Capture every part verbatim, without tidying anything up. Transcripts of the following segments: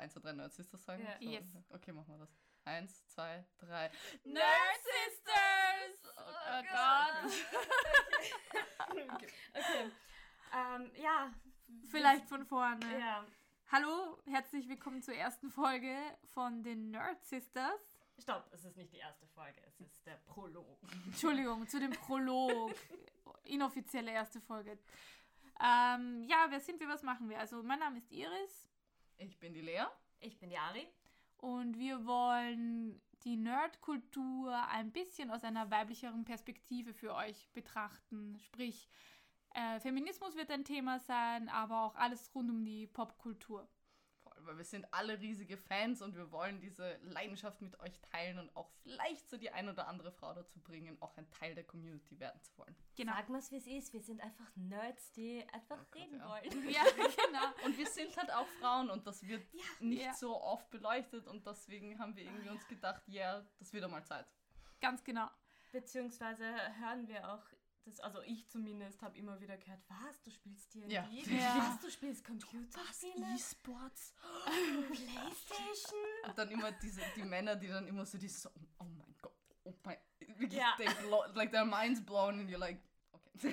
eins, zwei, drei Nerd Sisters sagen? Ja. So, Yes. Okay, machen wir das. Eins, zwei, drei. Nerd Sisters! Oh, Oh Gott. Okay. okay. Ähm, ja. Vielleicht von vorne. Ja. Hallo, herzlich willkommen zur ersten Folge von den Nerd Sisters. Stopp, es ist nicht die erste Folge, es ist der Prolog. Entschuldigung, zu dem Prolog. Inoffizielle erste Folge. Ähm, ja, wer sind wir, was machen wir? Also, mein Name ist Iris. Ich bin die Lea. Ich bin die Ari. Und wir wollen die Nerdkultur ein bisschen aus einer weiblicheren Perspektive für euch betrachten. Sprich, äh, Feminismus wird ein Thema sein, aber auch alles rund um die Popkultur. Voll, weil wir sind alle riesige Fans und wir wollen diese Leidenschaft mit euch teilen und auch vielleicht so die ein oder andere Frau dazu bringen, auch ein Teil der Community werden zu wollen. Genau. Sag mal, wie es ist. Wir sind einfach Nerds, die einfach Oh Gott, reden ja. wollen. Ja, genau. Und wir sind halt auch Frauen und das wird nicht Ja. so oft beleuchtet und deswegen haben wir irgendwie uns gedacht, ja, yeah, das wird einmal Zeit. Ganz genau. Beziehungsweise hören wir auch, das, also ich zumindest habe immer wieder gehört, was, du spielst D und D? Ja. Ja. Was, du spielst Computerspiele? E-Sports. Playstation? Und dann immer diese, die Männer, die dann immer so dieses so, oh mein Gott, oh mein, wirklich, Ja. they blow, like their minds blown and you're like, okay.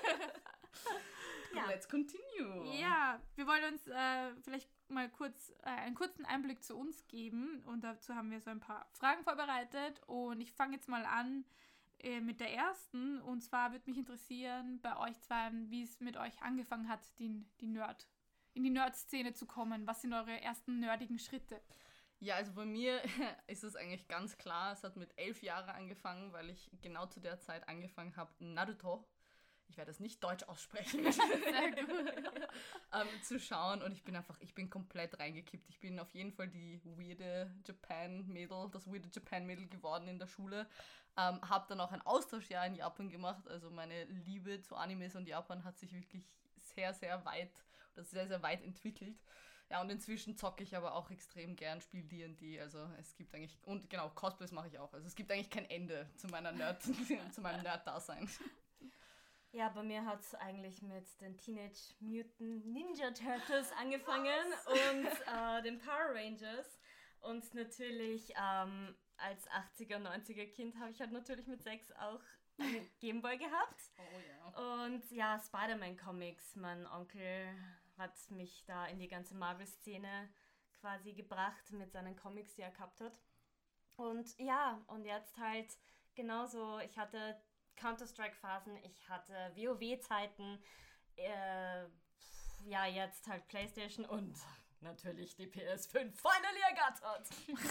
Ja. Let's continue. Ja, wir wollen uns äh, vielleicht mal kurz äh, einen kurzen Einblick zu uns geben und dazu haben wir so ein paar Fragen vorbereitet und ich fange jetzt mal an äh, mit der ersten und zwar würde mich interessieren bei euch zwei, wie es mit euch angefangen hat, die, die Nerd, in die Nerd-Szene zu kommen. Was sind eure ersten nerdigen Schritte? Ja, also bei mir ist es eigentlich ganz klar, es hat mit elf Jahren angefangen, weil ich genau zu der Zeit angefangen habe, Naruto, ich werde es nicht deutsch aussprechen, Sehr gut. ähm, zu schauen und ich bin einfach, ich bin komplett reingekippt. Ich bin auf jeden Fall die weirde Japan-Mädel, das weirde Japan-Mädel geworden in der Schule. Ähm, habe dann auch ein Austauschjahr in Japan gemacht, also meine Liebe zu Animes und Japan hat sich wirklich sehr, sehr weit, oder sehr, sehr weit entwickelt. Ja, und inzwischen zocke ich aber auch extrem gern, spiele D und D, also es gibt eigentlich, und genau, Cosplays mache ich auch, also es gibt eigentlich kein Ende zu meiner Nerd, zu meinem Nerd-Dasein. Ja, bei mir hat es eigentlich mit den Teenage Mutant Ninja Turtles angefangen und äh, den Power Rangers. Und natürlich ähm, als achtziger, neunziger Kind habe ich halt natürlich mit sechs auch einen Gameboy gehabt. Oh ja. Und ja, Spider-Man-Comics. Mein Onkel hat mich da in die ganze Marvel-Szene quasi gebracht mit seinen Comics, die er gehabt hat. Und ja, und jetzt halt genauso, ich hatte Counter-Strike-Phasen, ich hatte WoW-Zeiten, äh, ja, jetzt halt Playstation und natürlich die P S fünf finally ergattert.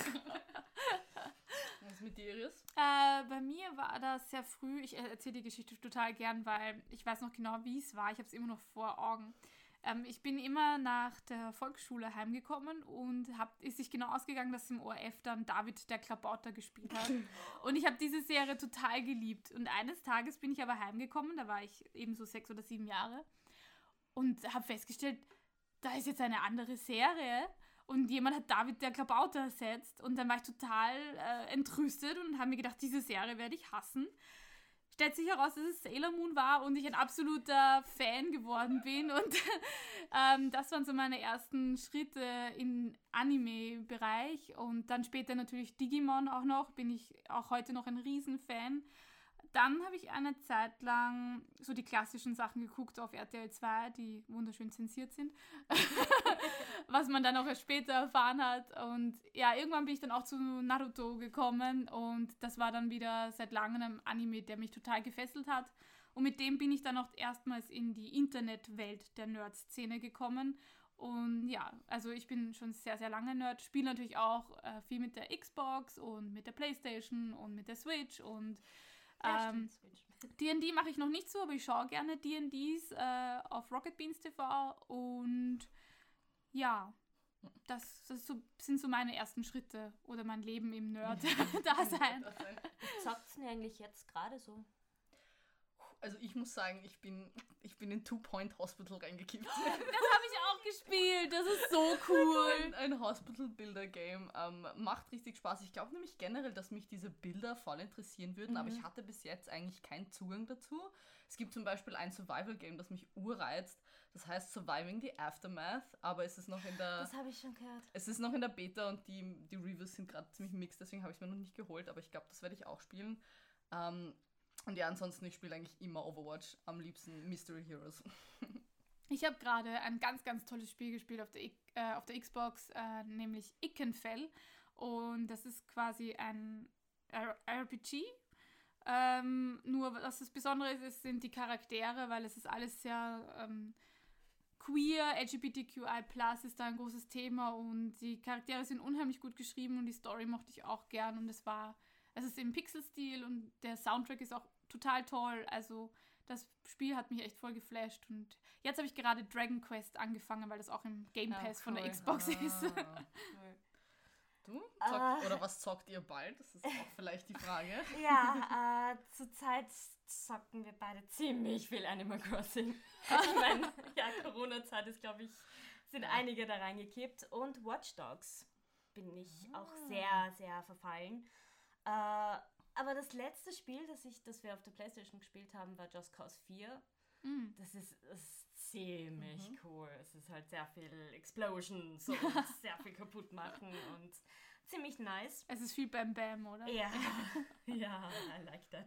Was ist mit dir, Iris? Äh, bei mir war das sehr früh, ich erzähle die Geschichte total gern, weil ich weiß noch genau, wie es war, ich habe es immer noch vor Augen. Ähm, ich bin immer nach der Volksschule heimgekommen und hab, ist sich genau ausgegangen, dass im O R F dann David der Klabauter gespielt hat. Und ich habe diese Serie total geliebt. Und eines Tages bin ich aber heimgekommen, da war ich eben so sechs oder sieben Jahre und habe festgestellt, da ist jetzt eine andere Serie und jemand hat David der Klabauter ersetzt und dann war ich total äh, entrüstet und habe mir gedacht, diese Serie werde ich hassen. Stellt sich heraus, dass es Sailor Moon war und ich ein absoluter Fan geworden bin und ähm, das waren so meine ersten Schritte im Anime-Bereich und dann später natürlich Digimon auch noch, bin ich auch heute noch ein Riesenfan. Dann habe ich eine Zeit lang so die klassischen Sachen geguckt auf R T L zwei, die wunderschön zensiert sind, was man dann auch erst später erfahren hat. Und ja, irgendwann bin ich dann auch zu Naruto gekommen und das war dann wieder seit langem ein Anime, der mich total gefesselt hat. Und mit dem bin ich dann auch erstmals in die Internetwelt der Nerd-Szene gekommen. Und ja, also ich bin schon sehr, sehr lange Nerd, spiele natürlich auch äh, viel mit der Xbox und mit der Playstation und mit der Switch und Ja, Ähm, stimmt, Switch. D und D mache ich noch nicht so, aber ich schaue gerne D und Ds äh, auf Rocket Beans T V und ja, das, das so, sind so meine ersten Schritte oder mein Leben im Nerd-Dasein. Zockt's denn eigentlich jetzt gerade so? also ich muss sagen, ich bin, ich bin in Two Point Hospital reingekippt. Das habe ich auch gespielt. Das ist so cool. Ein, ein Hospital-Builder-Game. Ähm, macht richtig Spaß. Ich glaube nämlich generell, dass mich diese Bilder voll interessieren würden, Mhm. aber ich hatte bis jetzt eigentlich keinen Zugang dazu. Es gibt zum Beispiel ein Survival-Game, das mich urreizt. Das heißt Surviving the Aftermath, aber es ist noch in der... Das habe ich schon gehört. Es ist noch in der Beta und die, die Reviews sind gerade ziemlich mixed, deswegen habe ich es mir noch nicht geholt, aber ich glaube, das werde ich auch spielen. Ähm, und ja, ansonsten, ich spiele eigentlich immer Overwatch, am liebsten Mystery Heroes. Ich habe gerade ein ganz, ganz tolles Spiel gespielt auf der, I- äh, auf der Xbox, äh, nämlich Ikenfell. Und das ist quasi ein R- RPG. Ähm, nur was das Besondere ist, ist, sind die Charaktere, weil es ist alles sehr ähm, queer, L G B T Q I plus ist da ein großes Thema und die Charaktere sind unheimlich gut geschrieben und die Story mochte ich auch gern und es war, es ist im Pixel-Stil und der Soundtrack ist auch total toll, also das Spiel hat mich echt voll geflasht und jetzt habe ich gerade Dragon Quest angefangen, weil das auch im Game Ah, Pass von der cool. Xbox ist. Ah. Du? Zockt, Ah. Oder was zockt ihr bald? Das ist auch vielleicht die Frage. Ja, äh, zurzeit zocken wir beide ziemlich viel Animal Crossing. Ich meine, ja, Corona-Zeit ist, glaube ich, sind einige da reingekippt. Und Watch Dogs bin ich auch sehr, sehr verfallen. Äh, aber das letzte Spiel, das, ich, das wir auf der PlayStation gespielt haben, war Just Cause vier. Mm. Das ist, das ist ziemlich Mhm. cool. Es ist halt sehr viel Explosions und sehr viel kaputt machen und ziemlich nice. Es ist viel Bam Bam, oder? Ja, ja, I like that.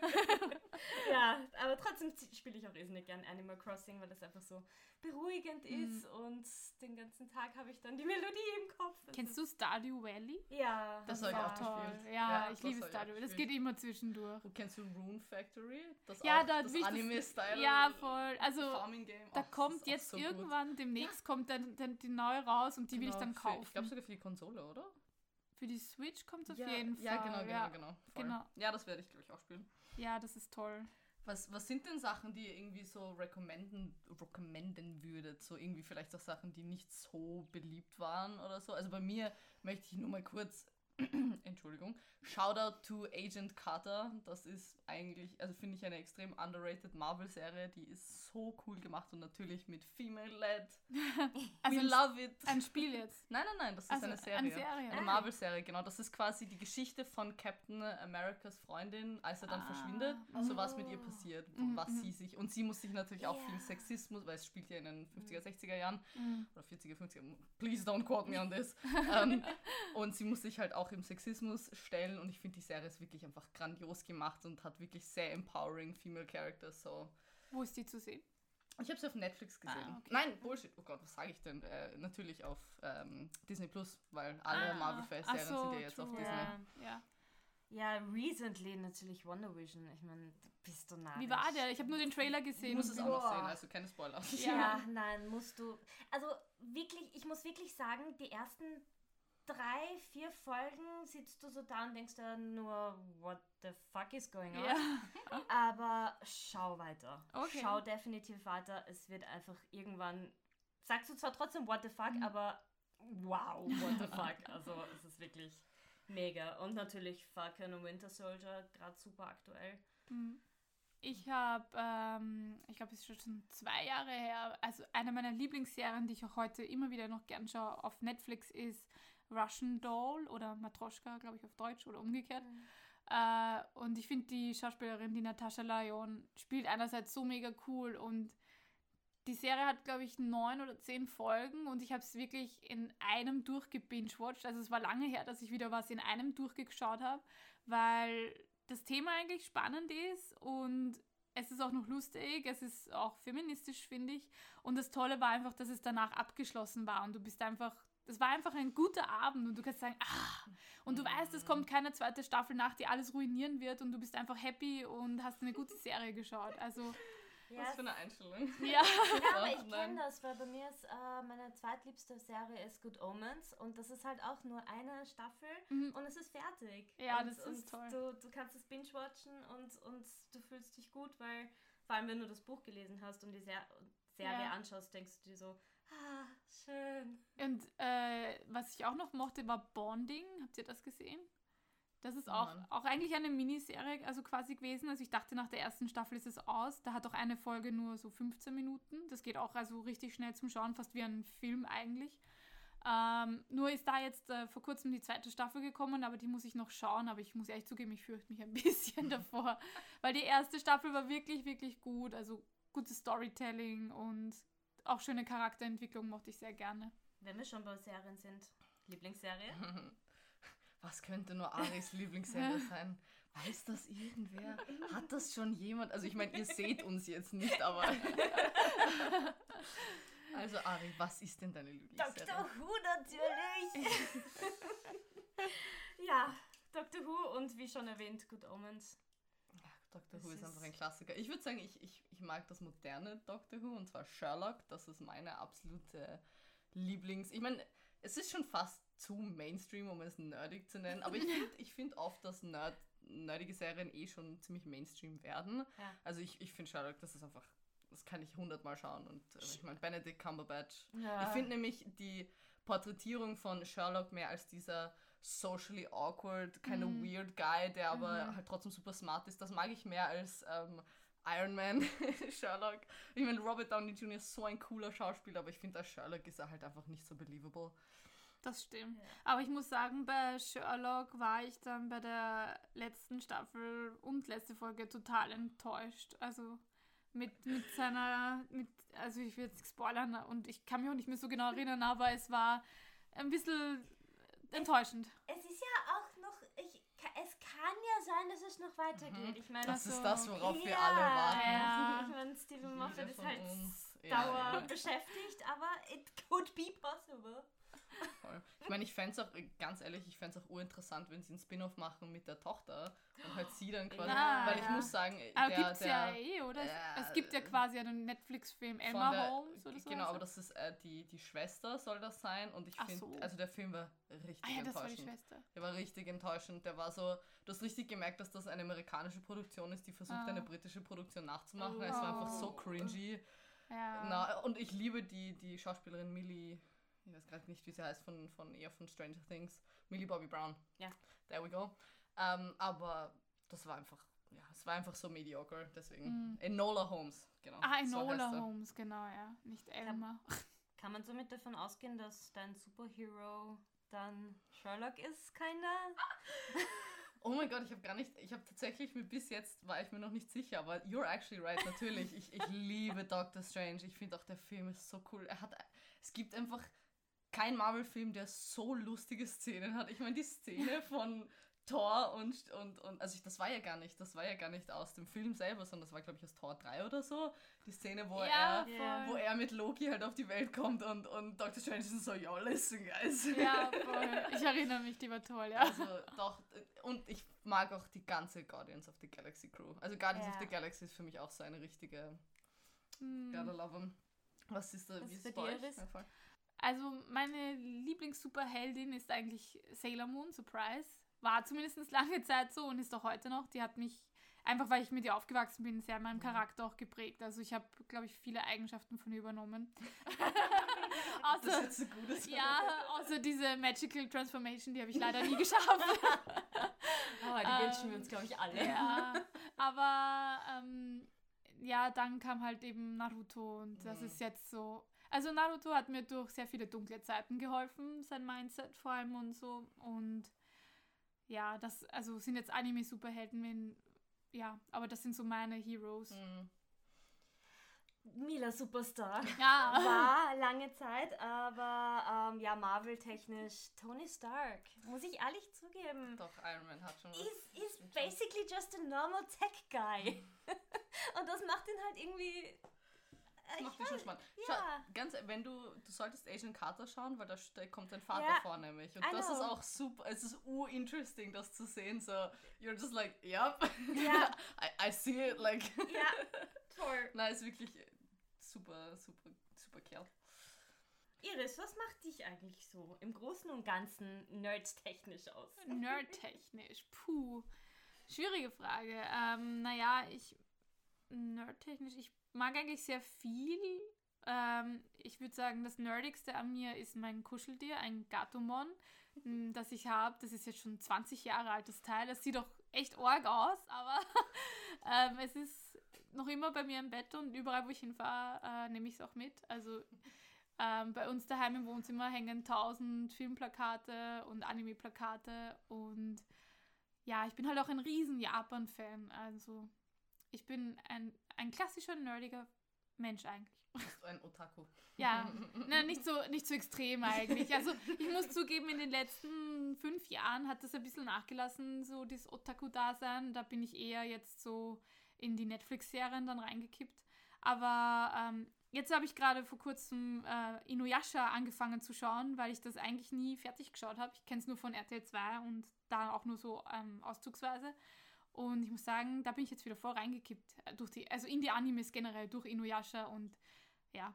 Ja, aber trotzdem spiele ich auch irrsinnig gern Animal Crossing, weil das einfach so beruhigend ist und den ganzen Tag habe ich dann die Melodie im Kopf. Das Kennst ist, du Stardew Valley? Ja. Das Das habe ist ich auch auch toll. gespielt. Ja, Ja, ich das liebe habe ich Stardew. auch Das gespielt. geht immer zwischendurch. Du kennst du Rune Factory? Das Ja, auch, da das will ich das- Anime-Style. Ja, voll. Also Farming-Game. da Ach, das kommt ist auch jetzt so gut. irgendwann, demnächst kommt dann, dann die neue raus und die will ich Genau, dann für- kaufen. Ich glaube sogar für die Konsole, oder? Für die Switch kommt es auf ja, jeden Fall. Ja, genau, genau, ja. genau. Voll. genau. Ja, das werde ich, glaube ich, auch spielen. Ja, das ist toll. Was, was sind denn Sachen, die ihr irgendwie so recommenden, recommenden würdet? So irgendwie vielleicht auch Sachen, die nicht so beliebt waren oder so? Also bei mir möchte ich nur mal kurz, Entschuldigung, Shoutout to Agent Carter. Das ist eigentlich, also finde ich eine extrem underrated Marvel-Serie. Die ist so cool gemacht und natürlich mit Female-led. Also We ein, love it. ein Spiel jetzt. Nein, nein, nein, das ist Also eine Serie. eine Serie. Eine Ah. Marvel-Serie, genau. Das ist quasi die Geschichte von Captain Americas Freundin, als er dann Ah. verschwindet. So was mit ihr passiert, wo- Mhm, was mhm. sie sich... Und sie muss sich natürlich auch Ja. viel Sexismus, weil es spielt ja in den fünfziger, sechziger Jahren, Mhm. oder vierziger, fünfziger, please don't quote me on this. ähm, und sie muss sich halt auch im Sexismus stellen und ich finde, die Serie ist wirklich einfach grandios gemacht und hat wirklich sehr empowering female characters, so... Wo ist die zu sehen? Ich habe sie auf Netflix gesehen. Ah, okay. Nein, Bullshit. Oh Gott, was sage ich denn? Äh, natürlich auf ähm, Disney Plus, weil alle Ah, Marvel-Serien ach so, sind ja jetzt auf true. Disney. Ja. Ja. Ja, recently natürlich Wonder Vision. Ich meine, bist du narrisch. Wie war der? Ich habe nur den Trailer Ich gesehen. muss und es auch bin- noch Boah. sehen, also keine Spoiler. Ja. Ja, nein, musst du. Also wirklich, ich muss wirklich sagen, die ersten drei, vier Folgen sitzt du so da und denkst da nur, what the fuck is going on? Ja. Aber schau weiter. Okay. Schau definitiv weiter. Es wird einfach irgendwann. Sagst du zwar trotzdem what the fuck, Mhm. aber wow, what the fuck. Also es ist wirklich mega. Und natürlich Falcon und Winter Soldier, gerade super aktuell. Mhm. Ich habe, ähm, ich glaube, es ist schon zwei Jahre her, also eine meiner Lieblingsserien, die ich auch heute immer wieder noch gern schaue, auf Netflix ist Russian Doll oder Matroschka, glaube ich, auf Deutsch oder umgekehrt. Äh, und ich finde, die Schauspielerin, die Natascha Lyon, spielt einerseits so mega cool und die Serie hat, glaube ich, neun oder zehn Folgen und ich habe es wirklich in einem durchgebingewatcht. Also es war lange her, dass ich wieder was in einem durchgeschaut habe, weil das Thema eigentlich spannend ist und es ist auch noch lustig, es ist auch feministisch, finde ich. Und das Tolle war einfach, dass es danach abgeschlossen war und du bist einfach, das war einfach ein guter Abend und du kannst sagen, ah, und du weißt, es kommt keine zweite Staffel nach, die alles ruinieren wird und du bist einfach happy und hast eine gute Serie geschaut. Also, Was für eine Einstellung. ja. Ja, aber Ja, ich nein. kenne das, weil bei mir ist äh, meine zweitliebste Serie ist Good Omens und das ist halt auch nur eine Staffel Mhm. und es ist fertig. Ja, und, das ist und toll. Du, du kannst es binge-watchen und, und du fühlst dich gut, weil vor allem wenn du das Buch gelesen hast und die Ser Serie Ja. anschaust, denkst du dir so, ah, schön. Und äh, was ich auch noch mochte, war Bonding. Habt ihr das gesehen? Das ist auch, Mann. auch eigentlich eine Miniserie, also quasi gewesen. Also ich dachte, nach der ersten Staffel ist es aus. Da hat auch eine Folge nur so fünfzehn Minuten. Das geht auch also richtig schnell zum Schauen, fast wie ein Film eigentlich. Ähm, nur ist da jetzt äh, vor kurzem die zweite Staffel gekommen, aber die muss ich noch schauen. Aber ich muss ehrlich zugeben, ich fürchte mich ein bisschen davor. Weil die erste Staffel war wirklich, wirklich gut. Also gutes Storytelling und auch schöne Charakterentwicklung mochte ich sehr gerne. Wenn wir schon bei Serien sind, Lieblingsserie? Was könnte nur Aris Lieblingsserie sein? Weiß das irgendwer? Hat das schon jemand? Also ich meine, ihr seht uns jetzt nicht, aber... Also Ari, was ist denn deine Lieblingsserie? Doctor Who natürlich! Ja, Doctor Who und wie schon erwähnt, Good Omens. Ja, Doctor Das Who ist ist- einfach ein Klassiker. Ich würde sagen, ich, ich, ich mag das moderne Doctor Who, und zwar Sherlock. Das ist meine absolute Lieblings... Ich meine, es ist schon fast zu Mainstream, um es nerdig zu nennen, aber ich finde ich find oft, dass Nerd, nerdige Serien eh schon ziemlich Mainstream werden. Ja. Also ich, ich finde Sherlock, das ist einfach... Das kann ich hundertmal schauen. Und äh, ich meine, Benedict Cumberbatch. Ja. Ich finde nämlich die Porträtierung von Sherlock mehr als dieser socially awkward, kind of Mhm. weird Guy, der aber Mhm. halt trotzdem super smart ist. Das mag ich mehr als ähm, Iron Man Sherlock. Ich meine, Robert Downey Junior ist so ein cooler Schauspieler, aber ich finde, als Sherlock ist er halt einfach nicht so believable. Das stimmt. Ja. Aber ich muss sagen, bei Sherlock war ich dann bei der letzten Staffel und letzte Folge total enttäuscht. Also mit, mit seiner, mit, also ich will jetzt spoilern und ich kann mich auch nicht mehr so genau erinnern, aber es war ein bisschen enttäuschend. Es ist ja auch noch, ich, es kann ja sein, dass es noch weitergeht. Mhm. Ich meine, Das Also, ist das, worauf wir ja, alle warten. Ja. Ich meine, Stephen Jeder Moffat ist von halt uns. Ja, dauer ja. beschäftigt, aber it could be possible. Voll. Ich meine, ich fände es auch, ganz ehrlich, ich fände es auch urinteressant, wenn sie einen Spin-off machen mit der Tochter und halt sie dann quasi, Ja, weil ich ja. muss sagen, Aber der, gibt's der ja eh, oder? Es- äh, es gibt ja quasi einen Netflix-Film von Emma der- Holmes oder so. Genau, aber das ist äh, die, die Schwester soll das sein, und ich Ach finde, so. also der Film war richtig Ah ja, das war die enttäuschend. Schwester. Der war richtig enttäuschend. Der war so, du hast richtig gemerkt, dass das eine amerikanische Produktion ist, die versucht, Ah. eine britische Produktion nachzumachen. Es war einfach so Oh. cringy. Ja. Na, und ich liebe die, die Schauspielerin Millie, ich weiß gerade nicht, wie sie heißt, von, von eher von Stranger Things. Millie Bobby Brown. Ja. There we go. Ähm, aber das war einfach, ja, es war einfach so mediocre, deswegen. Mm. Enola Holmes, genau. Ah, so heißt Enola er. Holmes, genau, ja. Nicht Elma. Kann man somit davon ausgehen, dass dein Superhero dann Sherlock ist, kinda? Oh mein Gott, ich habe gar nicht, ich habe tatsächlich, mir bis jetzt war ich mir noch nicht sicher, aber you're actually right, natürlich. Ich, ich liebe Doctor Strange. Ich finde auch, der Film ist so cool. Er hat, es gibt einfach kein Marvel-Film, der so lustige Szenen hat. Ich meine, die Szene von Thor und, und, und, also ich, das war ja gar nicht, das war ja gar nicht aus dem Film selber, sondern das war, glaube ich, aus Thor drei oder so. Die Szene, wo Ja, er, Ja. wo er mit Loki halt auf die Welt kommt und, und Doctor Strange ist so, yo, listen, guys. Ja, voll. Ich erinnere mich, die war toll, ja. Also doch, und ich mag auch die ganze Guardians of the Galaxy Crew. Also Guardians Ja. of the Galaxy ist für mich auch so eine richtige, Hm. gotta love 'em. Was ist da, Was wie ist ist es bei bei dir, euch? Iris? Ja, voll. Also meine Lieblings-Superheldin ist eigentlich Sailor Moon, Surprise. War zumindest lange Zeit so und ist auch heute noch. Die hat mich, einfach weil ich mit ihr aufgewachsen bin, sehr in meinem Mhm. Charakter auch geprägt. Also ich habe, glaube ich, viele Eigenschaften von ihr übernommen. Das ist außer, jetzt ein gutes ja, außer diese Magical Transformation, die habe ich leider nie geschafft. Oh, die Ähm, wünschen wir uns, glaube ich, alle. Ja, aber ähm, ja, dann kam halt eben Naruto und das Mhm. ist jetzt so. Also Naruto hat mir durch sehr viele dunkle Zeiten geholfen, sein Mindset vor allem und so. Und ja, das, also sind jetzt Anime-Superhelden, wenn, ja, aber das sind so meine Heroes. Mhm. Mila Superstar. Ja, War lange Zeit, aber ähm, ja, Marvel-technisch Tony Stark, muss ich ehrlich zugeben. Doch, Iron Man hat schon was. Is, is Stimmt schon. basically just a normal tech guy. Und das macht ihn halt irgendwie. Das äh, macht ich mich schon weiß- spannend. ja. Schau, ganz, wenn du, du solltest Agent Carter schauen, weil da st- kommt dein Vater Ja, vor nämlich. Und I das ist know. auch super, es ist urinteresting, das zu sehen. So, you're just like, yep, Ja. I, I see it, like. Ja, toll. Nein, ist wirklich super, super, super Kerl. Iris, was macht dich eigentlich so im Großen und Ganzen nerdtechnisch aus? nerdtechnisch, puh, schwierige Frage. Ähm, naja, ich, nerdtechnisch, ich mag eigentlich sehr viel. Ähm, ich würde sagen, das Nerdigste an mir ist mein Kuscheltier, ein Gatomon, m, das ich habe. Das ist jetzt schon zwanzig Jahre alt, das Teil. Das sieht doch echt arg aus, aber ähm, es ist noch immer bei mir im Bett und überall, wo ich hinfahre, äh, nehme ich es auch mit. Also ähm, bei uns daheim im Wohnzimmer hängen tausend Filmplakate und Anime-Plakate und ja, ich bin halt auch ein riesen Japan-Fan. Also ich bin ein, ein klassischer, nerdiger Mensch eigentlich. Bist du ein Otaku? Ja, na, nicht so, nicht so extrem eigentlich. Also ich muss zugeben, in den letzten fünf Jahren hat das ein bisschen nachgelassen, so das Otaku-Dasein. Da bin ich eher jetzt so in die Netflix-Serien dann reingekippt. Aber ähm, jetzt habe ich gerade vor kurzem äh, Inuyasha angefangen zu schauen, weil ich das eigentlich nie fertig geschaut habe. Ich kenne es nur von R T L zwei und da auch nur so ähm, auszugsweise. Und ich muss sagen, da bin ich jetzt wieder voll reingekippt. Durch die, also in die Animes generell, durch Inuyasha und ja.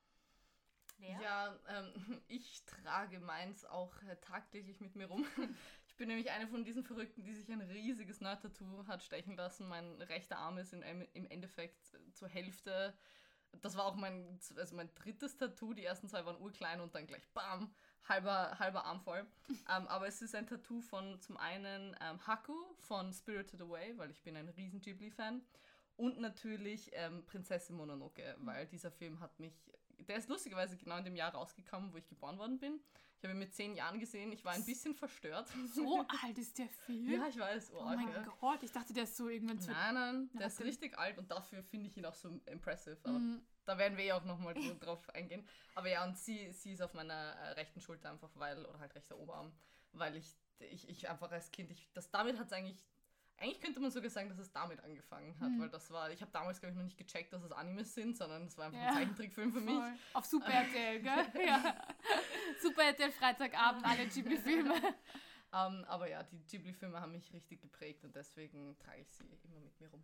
Ja, ja ähm, ich trage meins auch äh, tagtäglich mit mir rum. Ich bin nämlich eine von diesen Verrückten, die sich ein riesiges Nerd-Tattoo hat stechen lassen. Mein rechter Arm ist in, im Endeffekt zur Hälfte. Das war auch mein, also mein drittes Tattoo. Die ersten zwei waren urklein und dann gleich bam, halber, halber Arm voll. ähm, aber es ist ein Tattoo von zum einen ähm, Haku von Spirited Away, weil ich bin ein riesen Ghibli-Fan. Und natürlich ähm, Prinzessin Mononoke, mhm. weil dieser Film hat mich, der ist lustigerweise genau in dem Jahr rausgekommen, wo ich geboren worden bin. Ich habe ihn mit zehn Jahren gesehen, ich war ein bisschen verstört. So alt ist der Film? Ja, ich weiß. Oh, oh mein ja. Gott, ich dachte, der ist so irgendwann zu... Nein, nein, der ist richtig alt und dafür finde ich ihn auch so impressive. Aber mhm. da werden wir ja auch nochmal drauf eingehen. Aber ja, und sie, sie ist auf meiner äh, rechten Schulter einfach, weil, oder halt rechter Oberarm, weil ich, ich, ich einfach als Kind, ich, das damit hat es eigentlich... Eigentlich könnte man sogar sagen, dass es damit angefangen hat, mhm. weil das war, ich habe damals, glaube ich, noch nicht gecheckt, dass es Animes sind, sondern es war einfach ja. ein Zeichentrickfilm für mich. Auf Super R T L, gell? Ja. Super R T L Freitagabend, alle Ghibli-Filme. um, aber ja, die Ghibli-Filme haben mich richtig geprägt und deswegen trage ich sie immer mit mir rum.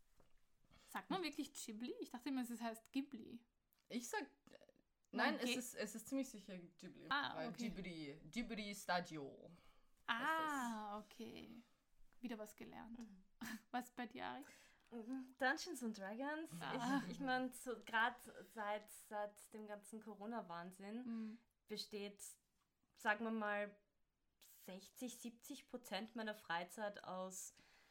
Sagt man wirklich Ghibli? Ich dachte immer, es heißt Ghibli. Ich sag, nein, okay. es, ist, es ist ziemlich sicher Ghibli. Ah, weil okay. Ghibli, Ghibli Stadio. Ah, okay. Wieder was gelernt. Mhm. Was bei dir, Ari? Dungeons and Dragons. Ah. Ich, ich meine, so, gerade seit, seit dem ganzen Corona-Wahnsinn mhm. besteht, sagen wir mal, sechzig, siebzig Prozent meiner Freizeit aus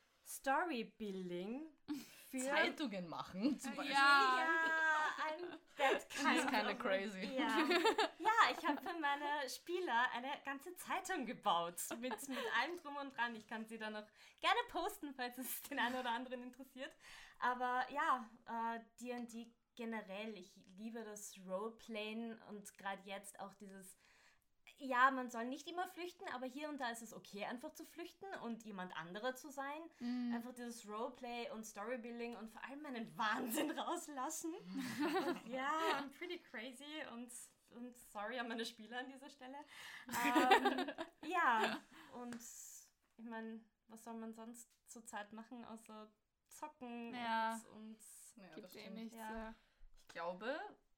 Storybuilding. Für Zeitungen machen, zum Beispiel. Ja, ja ein, that kind She's kind of crazy. Ja, ja ich habe für meine Spieler eine ganze Zeitung gebaut, mit, mit allem drum und dran. Ich kann sie dann noch gerne posten, falls es den einen oder anderen interessiert. Aber ja, äh, D und D generell, ich liebe das Roleplayen und gerade jetzt auch dieses... Ja, man soll nicht immer flüchten, aber hier und da ist es okay, einfach zu flüchten und jemand anderer zu sein. Mm. Einfach dieses Roleplay und Storybuilding und vor allem meinen Wahnsinn rauslassen. Und ja, I'm pretty crazy und, und sorry an meine Spieler an dieser Stelle. Ähm, ja, und ich meine, was soll man sonst zur Zeit machen, außer zocken ja. und... und ja, gibt das eh nichts. Ja. Ja. Ich glaube,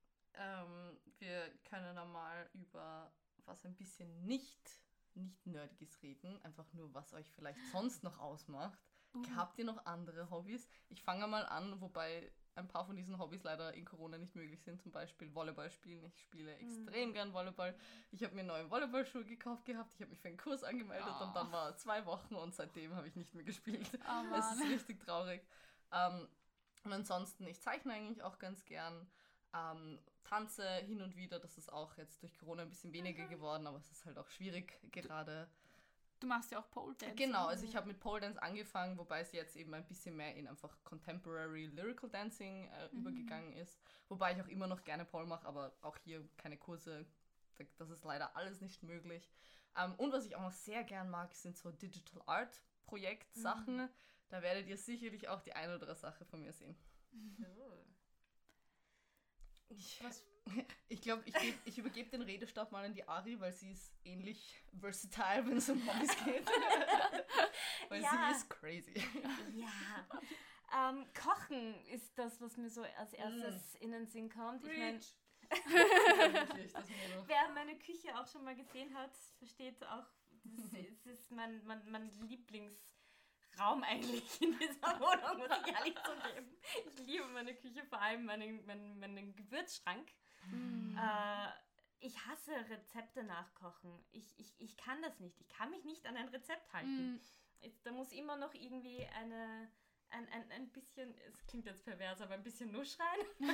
ähm, wir können einmal über... was ein bisschen nicht, nicht Nerdiges reden, einfach nur, was euch vielleicht sonst noch ausmacht. Uh. Habt ihr noch andere Hobbys? Ich fange mal an, wobei ein paar von diesen Hobbys leider in Corona nicht möglich sind, zum Beispiel Volleyball spielen. Ich spiele extrem mm. gern Volleyball. Ich habe mir neue Volleyballschuhe gekauft gehabt, ich habe mich für einen Kurs angemeldet oh. und dann war zwei Wochen und seitdem habe ich nicht mehr gespielt. Oh, es ist richtig traurig. Ähm, und ansonsten, ich zeichne eigentlich auch ganz gern. Ähm, tanze hin und wieder, das ist auch jetzt durch Corona ein bisschen weniger mhm. geworden, aber es ist halt auch schwierig gerade. Du machst ja auch Pole Dance. Genau, also ich habe mit Pole Dance angefangen, wobei es jetzt eben ein bisschen mehr in einfach Contemporary Lyrical Dancing äh, mhm. übergegangen ist, wobei ich auch immer noch gerne Pole mache, aber auch hier keine Kurse, das ist leider alles nicht möglich. Ähm, und was ich auch noch sehr gern mag, sind so Digital Art Projektsachen, mhm. da werdet ihr sicherlich auch die eine oder andere Sache von mir sehen. Mhm. Ich, ich glaube, ich, ich übergebe den Redestab mal an die Ari, weil sie ist ähnlich versatile, wenn es um Hobbys geht. Weil ja. sie ist crazy. Ja. Ähm, Kochen ist das, was mir so als erstes mm. in den Sinn kommt. Ich mein, wer meine Küche auch schon mal gesehen hat, versteht auch, es ist mein, mein, mein Lieblingsraum eigentlich in dieser Wohnung, muss ich ehrlich zugeben. Ich liebe meine Küche, vor allem meinen, meinen, meinen Gewürzschrank. Mm. Äh, ich hasse Rezepte nachkochen. Ich, ich, ich kann das nicht. Ich kann mich nicht an ein Rezept halten. Mm. Ich, da muss immer noch irgendwie eine, ein, ein, ein bisschen, es klingt jetzt pervers, aber ein bisschen Nusch rein.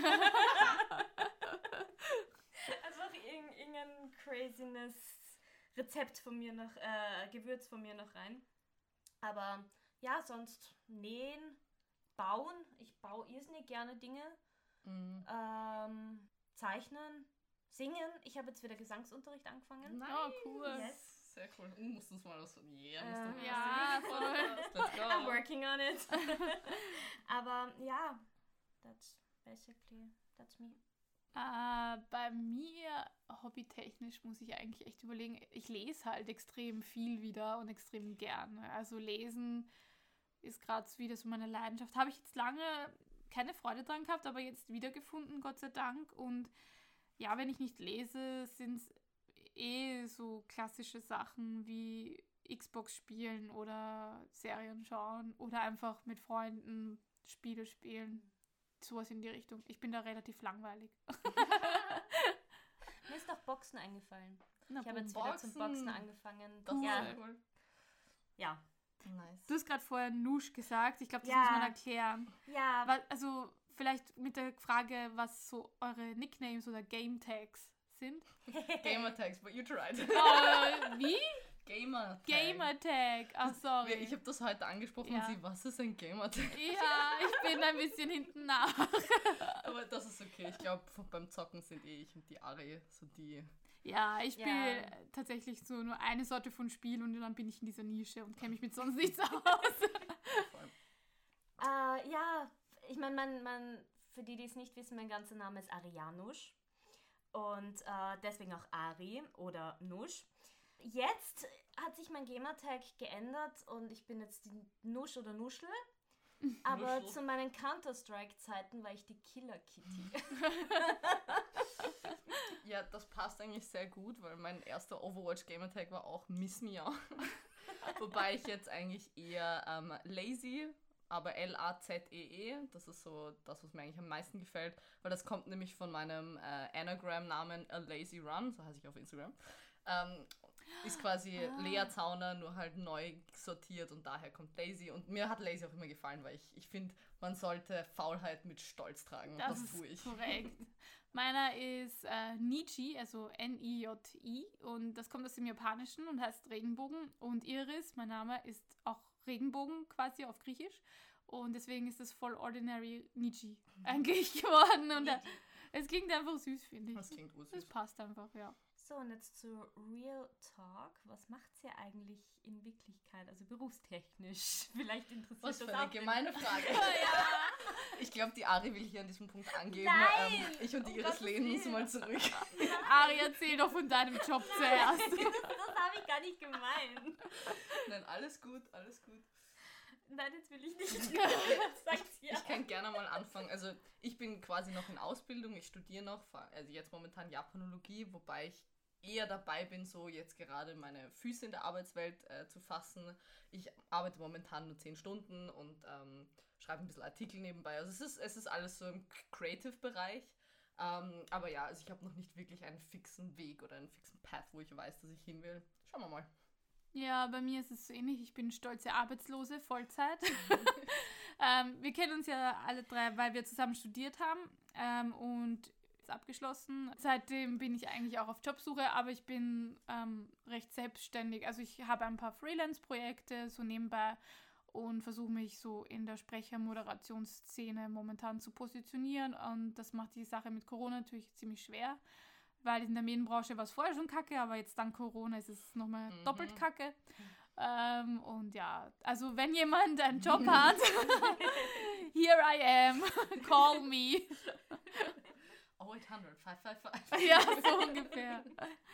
Einfach irgend, irgendein craziness Rezept von mir noch, äh, Gewürz von mir noch rein. Aber ja, sonst nähen, bauen. Ich baue irrsinnig gerne Dinge. Mhm. Ähm, zeichnen, singen. Ich habe jetzt wieder Gesangsunterricht angefangen. Nice. Oh, cool. Yes. Sehr cool. Uh, musst du uns mal was von... Yeah, Äh, musst du mal ja, was voll. singen. Let's go. I'm working on it. Aber ja, that's basically, that's me. Äh, bei mir, hobbytechnisch, muss ich eigentlich echt überlegen, ich lese halt extrem viel wieder und extrem gerne. Also lesen ist gerade wieder so meine Leidenschaft. Habe ich jetzt lange keine Freude dran gehabt, aber jetzt wiedergefunden, Gott sei Dank. Und ja, wenn ich nicht lese, sind es eh so klassische Sachen wie Xbox spielen oder Serien schauen oder einfach mit Freunden Spiele spielen. Sowas in die Richtung. Ich bin da relativ langweilig. Mir ist doch Boxen eingefallen. Na, Ich habe jetzt Boxen. wieder zum Boxen angefangen. Das ist ja, sehr cool. ja. Nice. Du hast gerade vorher Nusch gesagt. Ich glaube, das Ja. muss man erklären. Ja, Was, also vielleicht mit der Frage, was so eure Nicknames oder Game Tags sind. Gamertags, but you tried. äh, wie? Gamertag. Gamertag. Ach, sorry. Ich habe das heute angesprochen Ja. und sie, was ist ein Gamertag? Ja, ich bin ein bisschen hinten nach. Aber das ist okay. Ich glaube, beim Zocken sind eh ich und die Ari so die... Ja, ich Ja. spiele tatsächlich so nur eine Sorte von Spiel und dann bin ich in dieser Nische und kenne mich mit sonst nichts aus. Äh, ja, ich meine, man, man, für die, die es nicht wissen, mein ganzer Name ist Arianusch und äh, deswegen auch Ari oder Nusch. Jetzt hat sich mein Gamertag geändert und ich bin jetzt die Nusch oder Nuschel, aber Nuschel. zu meinen Counter-Strike-Zeiten war ich die Killer Kitty. Ja, das passt eigentlich sehr gut, weil mein erster Overwatch Gamertag war auch Miss Mia. Wobei ich jetzt eigentlich eher ähm, Lazy, aber L A Z E E, das ist so das, was mir eigentlich am meisten gefällt, weil das kommt nämlich von meinem äh, Anagram-Namen A Lazy Run, so heiße ich auf Instagram. Ähm, ist quasi Ah. Lea Zauner, nur halt neu sortiert und daher kommt Lazy. Und mir hat Lazy auch immer gefallen, weil ich, ich finde, man sollte Faulheit mit Stolz tragen. Und Das, das, tue ist ich. korrekt. Meiner ist äh, Nichi, also N I J I und das kommt aus dem Japanischen und heißt Regenbogen. Und Iris, mein Name, ist auch Regenbogen quasi auf Griechisch und deswegen ist es voll ordinary Nichi eigentlich geworden und äh, es klingt einfach süß, finde ich. Das klingt Das ursüß. passt einfach, ja. So, und jetzt zu Real Talk. Was macht sie eigentlich in Wirklichkeit, also berufstechnisch? Vielleicht interessiert Was das für auch eine den- gemeine Frage. Ich glaube, die Ari will hier an diesem Punkt angeben. Nein! Ähm, ich und die Um Iris Gottes lehnen uns Willen. mal zurück. Ari, erzähl doch von deinem Job zuerst. Das habe ich gar nicht gemeint. Nein, alles gut, alles gut. Nein, jetzt will ich nicht. Jetzt sagt's ja. Ich kann gerne mal anfangen. Also ich bin quasi noch in Ausbildung, ich studiere noch, also jetzt momentan Japanologie, wobei ich eher dabei bin, so jetzt gerade meine Füße in der Arbeitswelt äh, zu fassen. Ich arbeite momentan nur zehn Stunden und ähm, schreibe ein bisschen Artikel nebenbei. Also es ist, es ist alles so im Creative-Bereich. Ähm, aber ja, also ich habe noch nicht wirklich einen fixen Weg oder einen fixen Path, wo ich weiß, dass ich hin will. Schauen wir mal. Ja, bei mir ist es so ähnlich. Ich bin stolze Arbeitslose, Vollzeit. ähm, wir kennen uns ja alle drei, weil wir zusammen studiert haben ähm, und ist abgeschlossen. Seitdem bin ich eigentlich auch auf Jobsuche, aber ich bin ähm, recht selbstständig. Also ich habe ein paar Freelance-Projekte so nebenbei und versuche mich so in der Sprecher-Moderationsszene momentan zu positionieren und das macht die Sache mit Corona natürlich ziemlich schwer. Weil in der Medienbranche war es vorher schon kacke, aber jetzt dank Corona ist es nochmal Mhm. doppelt kacke. Ähm, und ja, also wenn jemand einen Job hat, here I am, call me. Oh, achthundert, fünf fünf fünf. Ja, so ungefähr.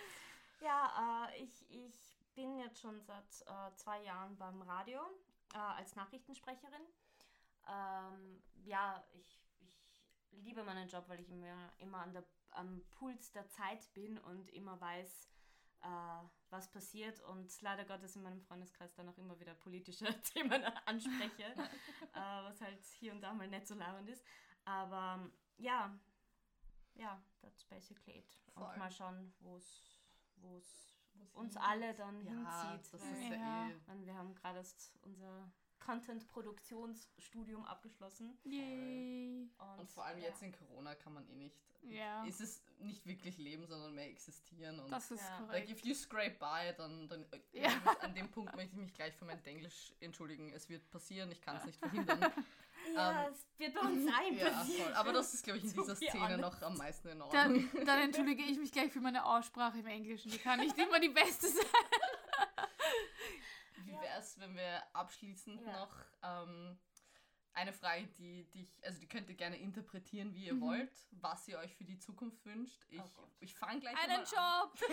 Ja, äh, ich, ich bin jetzt schon seit äh, zwei Jahren beim Radio äh, als Nachrichtensprecherin. Ähm, ja, ich, ich liebe meinen Job, weil ich immer, immer an der, am Puls der Zeit bin und immer weiß, äh, was passiert und leider Gottes in meinem Freundeskreis dann auch immer wieder politische Themen anspreche, äh, was halt hier und da mal nicht so labernd ist. Aber ja, ja, that's basically it. Voll. Und mal schauen, wo es uns hingeht. alle dann Ja, hinzieht. das weil- ist ja, Ja. eh... Und wir haben gerade erst unser Content-Produktionsstudium abgeschlossen. Yay. Und, Und vor allem ja. jetzt in Corona kann man eh nicht... Ja, Ist es nicht wirklich leben, sondern mehr existieren. Und das ist Ja. like, korrekt. if you scrape by, dann... dann äh, Ja. an dem Punkt möchte ich mich gleich für mein Englisch entschuldigen. Es wird passieren, ich kann es nicht verhindern. Ja, Ähm, es wird bei uns allen Ja, passieren. voll. Aber das ist, glaube ich, in To dieser be Szene honest. noch am meisten in Ordnung. Dann, dann entschuldige ich mich gleich für meine Aussprache im Englischen. Die kann nicht immer die beste sein. Wie Ja. wäre es, wenn wir abschließend Ja. noch ähm, eine Frage, die dich, also die könnt ihr gerne interpretieren, wie ihr Mhm. wollt, was ihr euch für die Zukunft wünscht. Ich, Oh Gott. ich fange gleich Einen mal an. Job!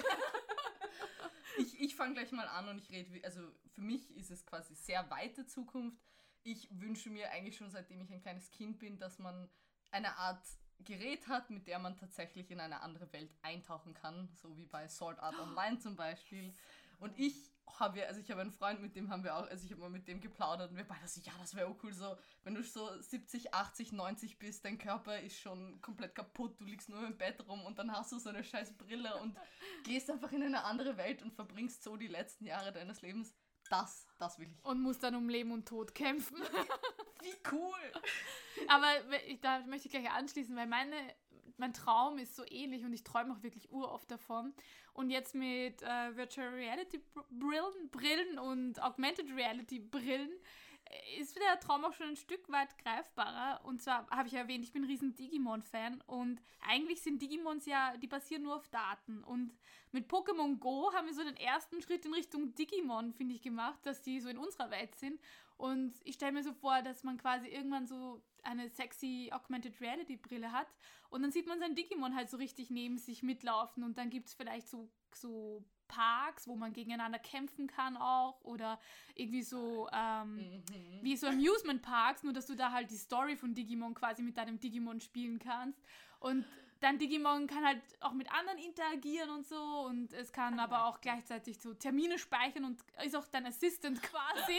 Ich, ich fange gleich mal an und ich rede, wie- also für mich ist es quasi sehr weite Zukunft. Ich wünsche mir eigentlich schon, seitdem ich ein kleines Kind bin, dass man eine Art Gerät hat, mit der man tatsächlich in eine andere Welt eintauchen kann, so wie bei Sword Art Online zum Beispiel. Und ich habe, also ich habe einen Freund, mit dem haben wir auch, also ich habe mal mit dem geplaudert und wir beide so, ja, das wäre auch cool, so, wenn du so siebzig, achtzig, neunzig bist, dein Körper ist schon komplett kaputt, du liegst nur im Bett rum und dann hast du so eine scheiß Brille und gehst einfach in eine andere Welt und verbringst so die letzten Jahre deines Lebens. Das, das will ich. Und muss dann um Leben und Tod kämpfen. Wie cool! Aber ich- da möchte ich gleich anschließen, weil meine, mein Traum ist so ähnlich und ich träume auch wirklich uroft davon. Und jetzt mit äh, Virtual Reality Br- Brillen, Brillen und Augmented Reality Brillen äh, ist der Traum auch schon ein Stück weit greifbarer. Und zwar habe ich ja erwähnt, ich bin ein riesen Digimon-Fan und eigentlich sind Digimons ja, die basieren nur auf Daten. Und mit Pokémon Go haben wir so den ersten Schritt in Richtung Digimon, finde ich, gemacht, dass die so in unserer Welt sind. Und ich stelle mir so vor, dass man quasi irgendwann so eine sexy Augmented Reality Brille hat und dann sieht man sein Digimon halt so richtig neben sich mitlaufen und dann gibt es vielleicht so, so Parks, wo man gegeneinander kämpfen kann auch oder irgendwie so ähm, Mhm. wie so Amusement Parks, nur dass du da halt die Story von Digimon quasi mit deinem Digimon spielen kannst und dein Digimon kann halt auch mit anderen interagieren und so und es kann Ah, aber ja. auch gleichzeitig so Termine speichern und ist auch dein Assistant quasi.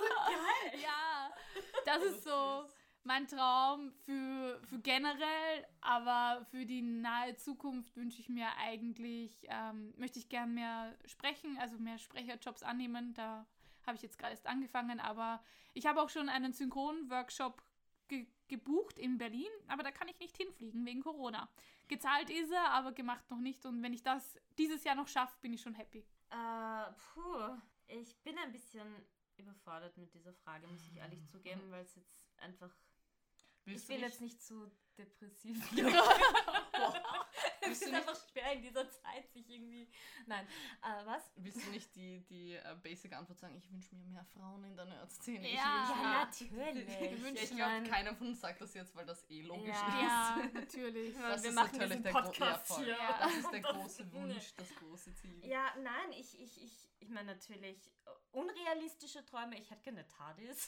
Geil! Ja, das ist so mein Traum für, für generell, aber für die nahe Zukunft wünsche ich mir eigentlich, ähm, möchte ich gern mehr sprechen, also mehr Sprecherjobs annehmen. Da habe ich jetzt gerade erst angefangen, aber ich habe auch schon einen Synchron-Workshop ge gebucht in Berlin, aber da kann ich nicht hinfliegen wegen Corona. Gezahlt ist er, aber gemacht noch nicht und wenn ich das dieses Jahr noch schaffe, bin ich schon happy. Äh, puh, ich bin ein bisschen überfordert mit dieser Frage, muss ich ehrlich zugeben, weil es jetzt einfach... Willst Ich du will nicht, jetzt nicht zu depressiv. Es willst du ist nicht, einfach schwer in dieser Zeit, sich irgendwie... Nein, äh, was? willst du nicht die, die äh, basic Antwort sagen, ich wünsche mir mehr Frauen in der Nerd-Szene? Ich Ja. wünsche Ja, mir- natürlich. Ich, wünsche ich Ich glaube, mein- keiner von uns sagt das jetzt, weil das eh logisch Ja. ist. Ja, natürlich. Ja. Das Wir ist machen natürlich diesen der Gro- Podcast ja, voll. hier. Das ist der Das- große Wunsch, das große Ziel. Ja, nein, ich, ich, ich, ich meine natürlich äh, unrealistische Träume. Ich hätte gerne TARDIS.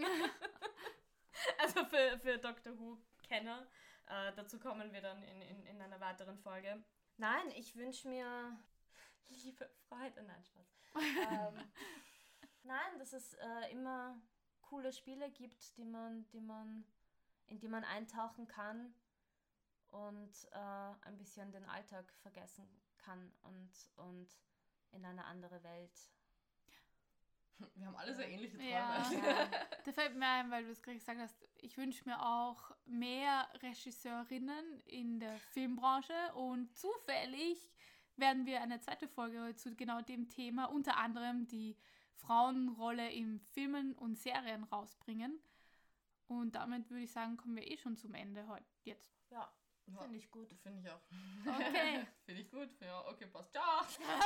Also für, für Doctor Who-Kenner. Äh, dazu kommen wir dann in, in, in einer weiteren Folge. Nein, ich wünsche mir Liebe, Freude. Nein, Spaß. ähm, nein, dass es äh, immer coole Spiele gibt, die man, die man, in die man eintauchen kann und äh, ein bisschen den Alltag vergessen kann und, und in eine andere Welt. Wir haben alle sehr ähnliche Träume. Ja. Ja. Da fällt mir ein, weil du es gerade gesagt hast, ich wünsche mir auch mehr Regisseurinnen in der Filmbranche und zufällig werden wir eine zweite Folge zu genau dem Thema, unter anderem die Frauenrolle in Filmen und Serien rausbringen. Und damit würde ich sagen, kommen wir eh schon zum Ende heute jetzt. Ja, Ja, finde ich gut. Finde ich auch. Okay. Finde ich gut. Ja, okay, passt. Ciao.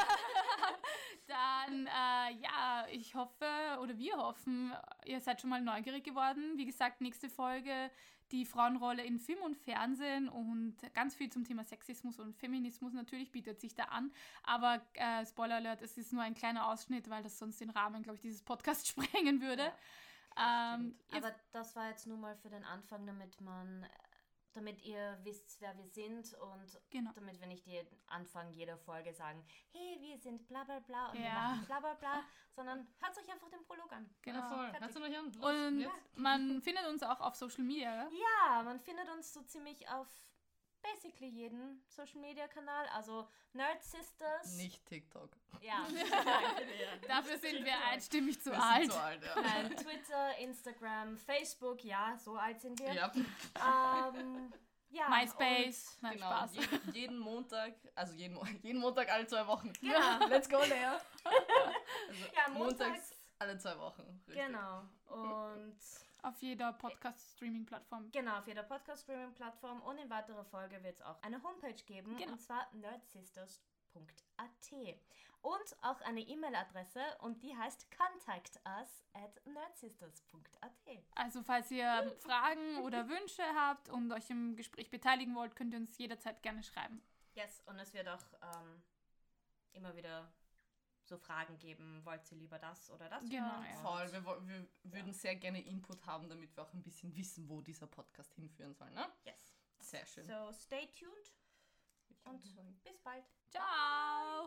Dann, äh, ja, ich hoffe, oder wir hoffen, ihr seid schon mal neugierig geworden. Wie gesagt, nächste Folge die Frauenrolle in Film und Fernsehen und ganz viel zum Thema Sexismus und Feminismus natürlich bietet sich da an. Aber äh, Spoiler Alert, es ist nur ein kleiner Ausschnitt, weil das sonst den Rahmen, glaube ich, dieses Podcasts sprengen würde. Ja, ähm, ihr- Aber das war jetzt nur mal für den Anfang, damit man, damit ihr wisst, wer wir sind und Genau. damit wir nicht den Anfang jeder Folge sagen, hey, wir sind bla bla bla und wir Ja. machen bla bla bla, sondern hört euch einfach den Prolog an. Genau. Ja, voll. fertig. Hört euch an. Los, Und jetzt. man findet uns auch auf Social Media, ja? Ja, man findet uns so ziemlich auf basically jeden Social-Media-Kanal, also Nerd Sisters. Nicht TikTok. Ja. Dafür sind wir einstimmig zu Wir alt. sind zu alt, ja. Nein, Twitter, Instagram, Facebook, ja, so alt sind wir. Ja, Ähm, ja, MySpace. Nein, genau. Spaß. Jeden, jeden Montag, also jeden, Mo- jeden Montag alle zwei Wochen. Genau. Let's go, Lea. Also Ja, montags montags. alle zwei Wochen. Richtig. Genau. Und Auf jeder Podcast-Streaming-Plattform. genau, auf jeder Podcast-Streaming-Plattform und in weiterer Folge wird es auch eine Homepage geben, Genau. und zwar nerdsisters punkt a t. Und auch eine E-Mail-Adresse, und die heißt contact us at nerdsisters punkt a t. Also falls ihr Fragen oder Wünsche habt und euch im Gespräch beteiligen wollt, könnt ihr uns jederzeit gerne schreiben. Yes, und es wird auch ähm, immer wieder so Fragen geben, wollt ihr lieber das oder das? Genau, hören? ja. Voll, wir, wo- wir würden sehr gerne Input haben, damit wir auch ein bisschen wissen, wo dieser Podcast hinführen soll, ne? Yes. Sehr schön. So, stay tuned und bis bald. Ciao!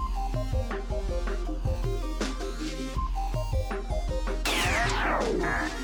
Yeah.